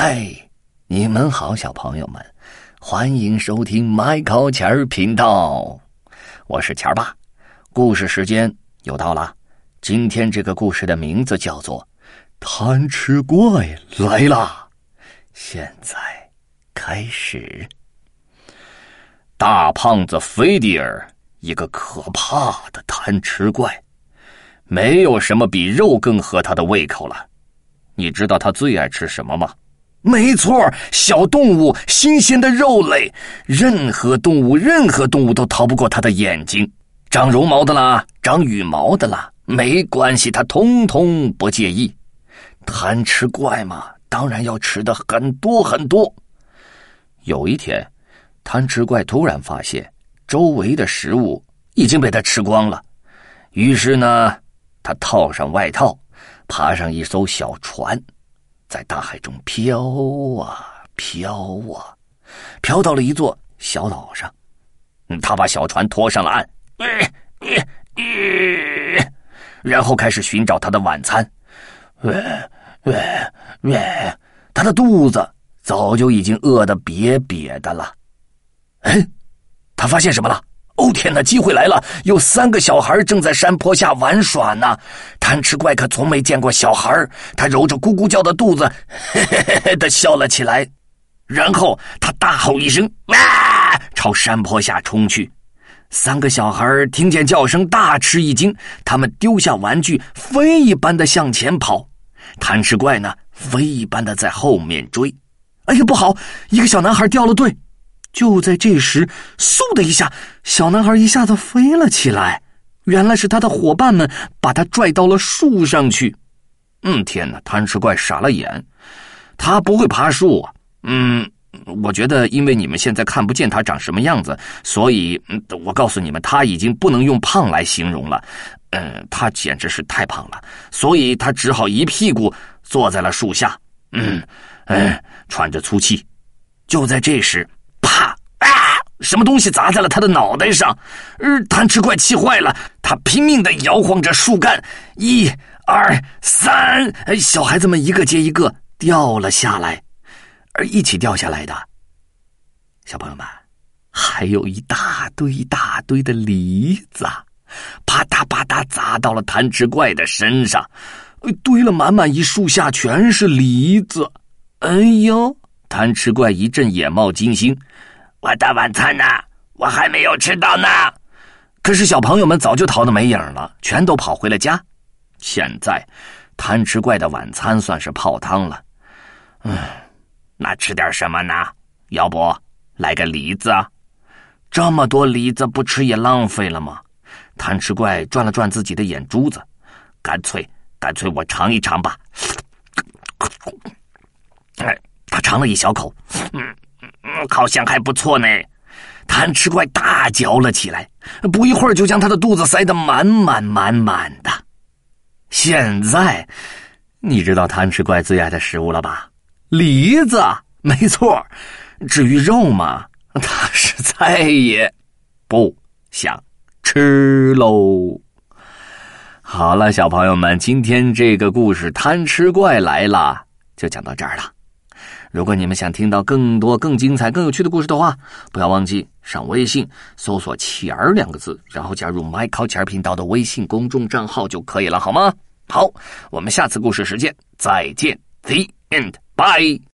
嗨，你们好，小朋友们，欢迎收听麦考钱儿频道，我是钱儿爸。故事时间又到了，今天这个故事的名字叫做贪吃怪来啦。现在开始。大胖子菲迪尔，一个可怕的贪吃怪，没有什么比肉更合他的胃口了。你知道他最爱吃什么吗？没错，小动物，新鲜的肉类，任何动物都逃不过他的眼睛。长绒毛的啦，长羽毛的啦，没关系，他通通不介意。贪吃怪嘛，当然要吃的很多很多。有一天，贪吃怪突然发现周围的食物已经被他吃光了，于是呢，他套上外套，爬上一艘小船，在大海中飘啊飘啊，飘到了一座小岛上。他把小船拖上了岸，然后开始寻找他的晚餐。他的肚子早就已经饿得瘪瘪的了。他发现什么了？哦天哪，机会来了！有3个小孩正在山坡下玩耍呢。贪吃怪可从没见过小孩，他揉着咕咕叫的肚子，嘿嘿嘿嘿地笑了起来。然后他大吼一声，朝山坡下冲去。3个小孩听见叫声大吃一惊，他们丢下玩具，飞一般的向前跑。贪吃怪呢，飞一般的在后面追。哎呀，不好，一个小男孩掉了队。就在这时，嗖的一下，小男孩一下子飞了起来，原来是他的伙伴们把他拽到了树上去。天哪，贪吃怪傻了眼，他不会爬树啊。我觉得因为你们现在看不见他长什么样子，所以我告诉你们，他已经不能用胖来形容了。他简直是太胖了，所以他只好一屁股坐在了树下，喘着粗气。就在这时，啪！什么东西砸在了他的脑袋上。贪吃怪气坏了，他拼命地摇晃着树干，1、2、3，小孩子们一个接一个掉了下来。而一起掉下来的，小朋友们，还有一大堆的梨子，啪嗒啪嗒砸到了贪吃怪的身上，堆了满满一树下全是梨子。哎呦，贪吃怪一阵眼冒金星，我的晚餐呢？我还没有吃到呢。可是小朋友们早就逃得没影了，全都跑回了家。现在贪吃怪的晚餐算是泡汤了。那吃点什么呢？要不来个梨子啊？这么多梨子不吃也浪费了吗？贪吃怪转了转自己的眼珠子，干脆我尝一尝吧。他尝了一小口，好像还不错呢。贪吃怪大嚼了起来，不一会儿就将他的肚子塞得满满的。现在你知道贪吃怪最爱的食物了吧？梨子，没错。至于肉嘛，他是再也不想吃喽。好了，小朋友们，今天这个故事贪吃怪来了就讲到这儿了。如果你们想听到更多更精彩更有趣的故事的话，不要忘记上微信搜索钱儿2个字，然后加入麦考钱儿频道的微信公众账号就可以了，好吗？好，我们下次故事时间再见。The end. Bye.